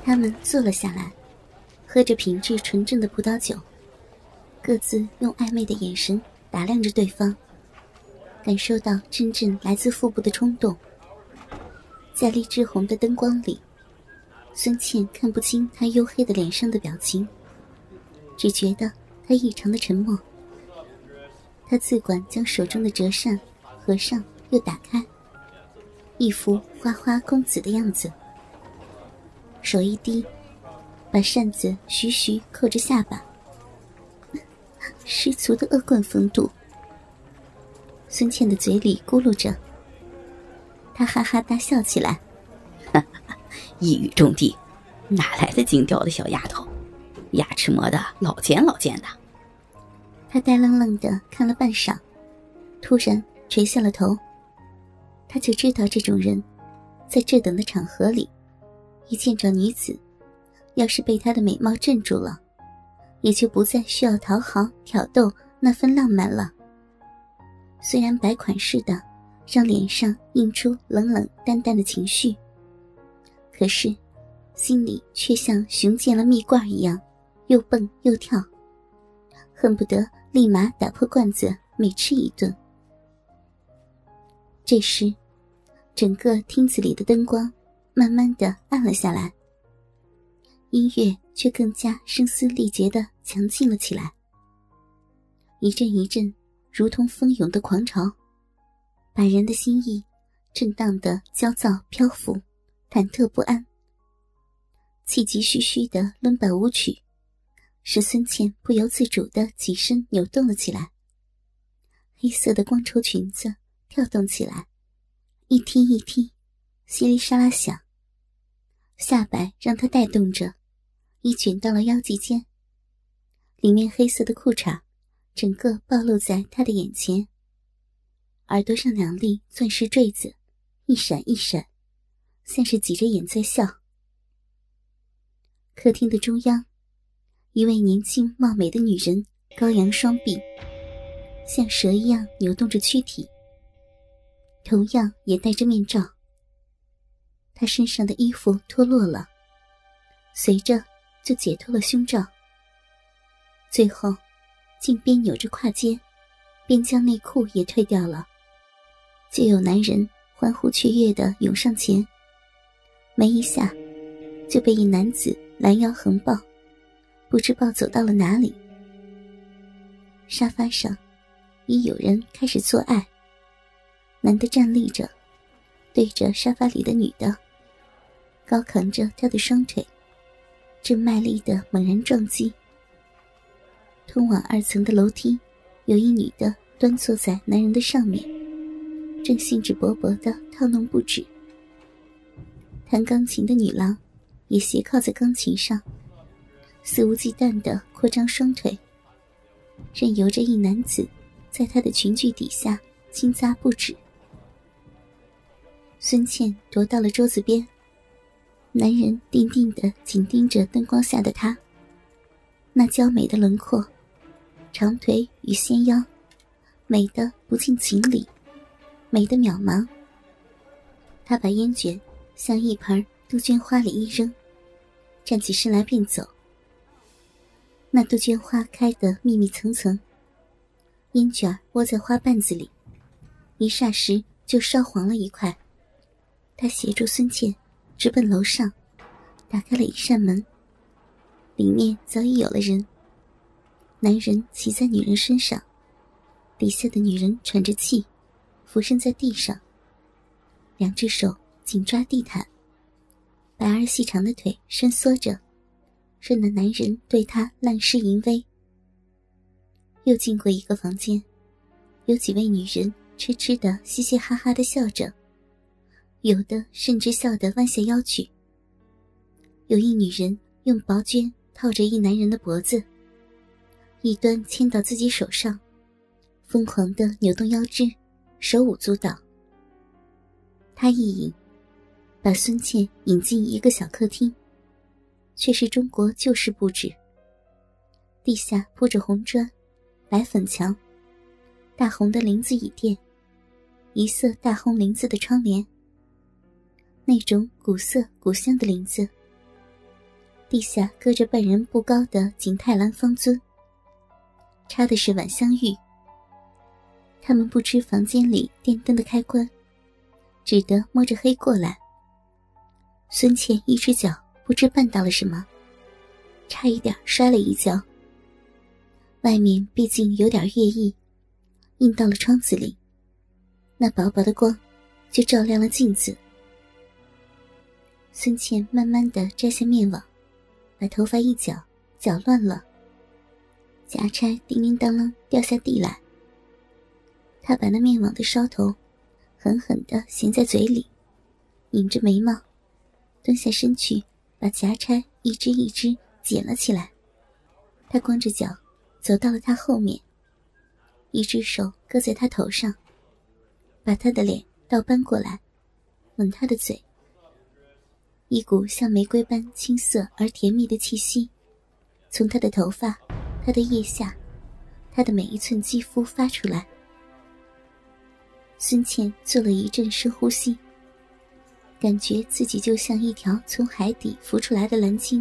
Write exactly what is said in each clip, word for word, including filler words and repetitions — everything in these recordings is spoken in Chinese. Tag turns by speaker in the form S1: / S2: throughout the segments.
S1: 他们坐了下来，喝着品质纯正的葡萄酒，各自用暧昧的眼神打量着对方，感受到阵阵来自腹部的冲动。在荔枝红的灯光里，孙茜看不清他黝黑的脸上的表情，只觉得他异常的沉默。他自管将手中的折扇合上又打开，一副花花公子的样子。手一低，把扇子徐徐扣着下巴，十足的恶棍风度。孙茜的嘴里咕噜着，他哈哈大笑起来，
S2: 哈哈，一语中的，哪来的精雕的小丫头，牙齿磨得老尖老尖的。
S1: 他呆愣愣地看了半晌，突然垂下了头。他就知道这种人在这等的场合里，一见着女子，要是被她的美貌镇住了，也就不再需要讨好挑逗那份浪漫了。虽然摆款似的让脸上映出冷冷淡淡的情绪，可是心里却像熊见了蜜罐一样又蹦又跳，恨不得立马打破罐子美吃一顿。这时整个厅子里的灯光慢慢地暗了下来，音乐却更加声嘶力竭地强劲了起来。一阵一阵如同蜂涌的狂潮，把人的心意震荡得焦躁漂浮，忐忑不安。气急吁吁的伦巴舞曲使孙茜不由自主地起身扭动了起来，黑色的光绸裙子跳动起来，一踢一踢，稀里沙拉响。下摆让她带动着，已卷到了腰际间，里面黑色的裤衩整个暴露在她的眼前，耳朵上两粒钻石坠子一闪一闪，像是挤着眼在笑。客厅的中央，一位年轻貌美的女人高扬双臂，像蛇一样扭动着躯体，同样也戴着面罩。她身上的衣服脱落了，随着就解脱了胸罩，最后竟边扭着胯间，边将内裤也退掉了。就有男人欢呼雀跃地涌上前，没一下就被一男子拦腰横抱，不知抱走到了哪里。沙发上已有人开始做爱，男的站立着，对着沙发里的女的高扛着她的双腿，正卖力地猛然撞击。通往二层的楼梯，有一女的端坐在男人的上面，正兴致勃勃地套弄不止。弹钢琴的女郎也斜靠在钢琴上，肆无忌惮地扩张双腿，任由着一男子在她的裙裾底下轻扎不止。孙茜踱到了桌子边，男人定定地紧盯着灯光下的她，那娇美的轮廓，长腿与纤腰，美得不近情理，美得渺茫。他把烟卷向一盆杜鹃花里一扔，站起身来便走。那杜鹃花开得密密层层，烟卷窝在花瓣子里，一霎时就烧黄了一块。他协助孙茜直奔楼上，打开了一扇门，里面早已有了人。男人骑在女人身上，底下的女人喘着气，俯身在地上，两只手紧抓地毯，白而细长的腿伸缩着，任那男人对她滥施淫威。又经过一个房间，有几位女人痴痴地嘻嘻哈哈地笑着，有的甚至笑得弯下腰去。有一女人用薄绢套着一男人的脖子，一端牵到自己手上，疯狂地扭动腰肢，手舞足蹈。他一引，把孙茜引进一个小客厅，却是中国旧式布置，地下铺着红砖，白粉墙，大红的棂子椅垫，一色大红棂子的窗帘。那种古色古香的棂子地下搁着半人不高的景泰蓝方尊，插的是晚香玉。他们不知房间里电灯的开关，只得摸着黑过来。孙茜一只脚不知绊到了什么，差一点摔了一跤。外面毕竟有点月意，映到了窗子里，那薄薄的光就照亮了镜子。孙茜慢慢地摘下面网，把头发一绞，绞乱了，夹钗叮铃当啷掉下地来。她把那面网的梢头狠狠地衔在嘴里，拧着眉毛，蹲下身去把夹钗一只一只捡了起来。她光着脚走到了他后面，一只手搁在他头上，把他的脸倒扳过来，吻他的嘴。一股像玫瑰般青涩而甜蜜的气息从他的头发、他的腋下、他的每一寸肌肤发出来。孙茜做了一阵深呼吸，感觉自己就像一条从海底浮出来的蓝鲸。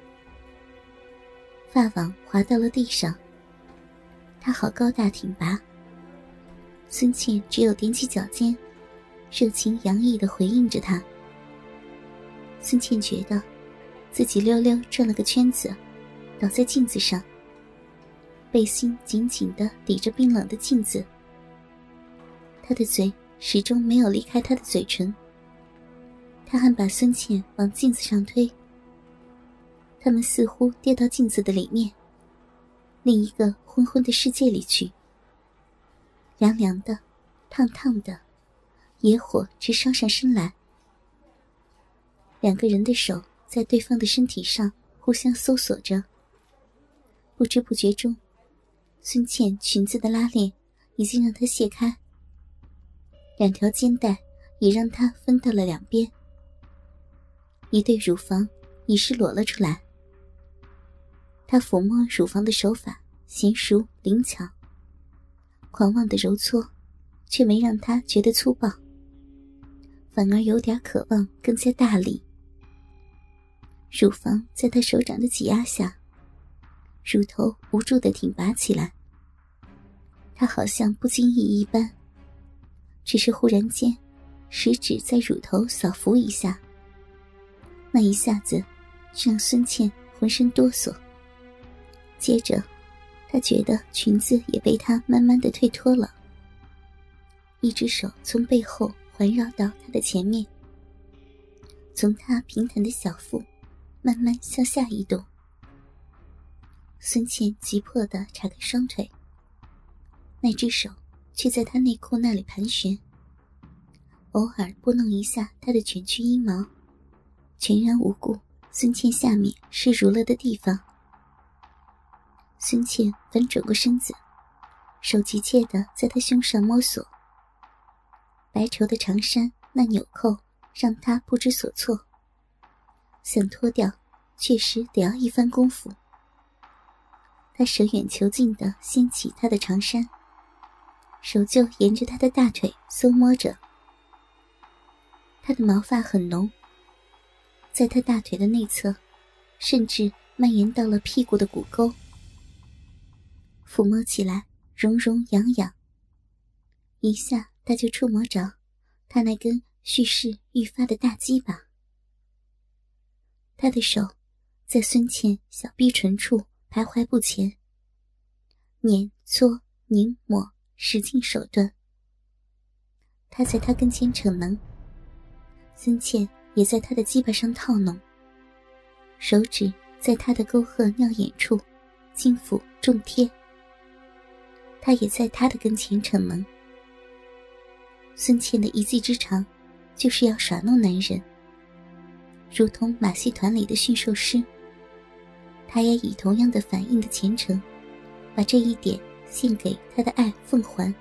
S1: 发网滑到了地上，他好高大挺拔。孙茜只有踮起脚尖，热情洋溢地回应着他。孙茜觉得自己溜溜转了个圈子，倒在镜子上，背心紧紧地抵着冰冷的镜子。他的嘴始终没有离开他的嘴唇，他还把孙茜往镜子上推。他们似乎跌到镜子的里面，另一个昏昏的世界里去。凉凉的，烫烫的，野火直烧上身来。两个人的手在对方的身体上互相搜索着，不知不觉中，孙茜裙子的拉链已经让她卸开，两条肩带也让她分到了两边，一对乳房已是裸了出来。她抚摸乳房的手法娴熟灵巧，狂妄的揉搓却没让她觉得粗暴，反而有点渴望更加大力。乳房在他手掌的挤压下，乳头无助地挺拔起来。他好像不经意一般，只是忽然间食指在乳头扫拂一下，那一下子让孙茜浑身哆嗦。接着他觉得裙子也被他慢慢地退脱了，一只手从背后环绕到他的前面，从他平坦的小腹慢慢向下移动。孙茜急迫地叉开双腿，那只手却在他内裤那里盘旋，偶尔拨弄一下他的卷曲阴毛，全然无顾孙茜下面湿濡了的地方。孙茜反转过身子，手急切地在他胸上摸索。白绸的长衫那纽扣让他不知所措，想脱掉确实得要一番功夫。他舍远求近地掀起他的长衫，手就沿着他的大腿搜摸着。他的毛发很浓，在他大腿的内侧，甚至蔓延到了屁股的骨沟，抚摸起来绒绒痒痒，一下他就触摸着他那根蓄势愈发的大鸡巴。他的手在孙茜小逼唇处徘徊不前，捻搓拧抹使尽手段。他在他跟前逞能，孙茜也在他的鸡巴上套弄，手指在他的沟壑尿眼处轻抚重贴。他也在他的跟前逞能。孙茜的一技之长就是要耍弄男人，如同马戏团里的驯兽师，他也以同样的反应的虔诚，把这一点献给他的爱凤环。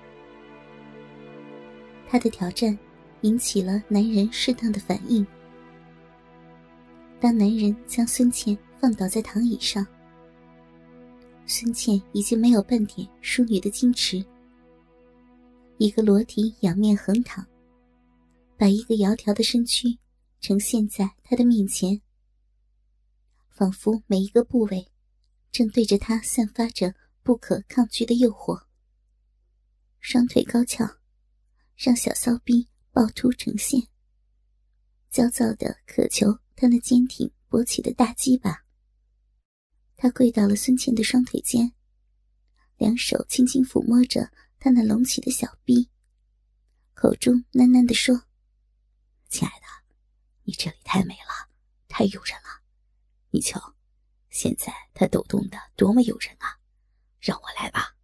S1: 他的挑战引起了男人适当的反应。当男人将孙茜放倒在躺椅上，孙茜已经没有半点淑女的矜持，一个裸体仰面横躺，把一个窈窕的身躯呈现在他的面前。 仿佛每一个部位正对着他散发着不可抗拒的诱惑。双腿高翘，让小骚逼暴突呈现，焦躁地渴求他那坚挺勃起的大鸡巴。他跪到了孙茜的双腿间，两手轻轻抚摸着他那隆起的小臂，口中喃喃地说：亲爱的，你这里太美了，太诱人了，你瞧，现在它抖动的多么诱人啊，让我来吧。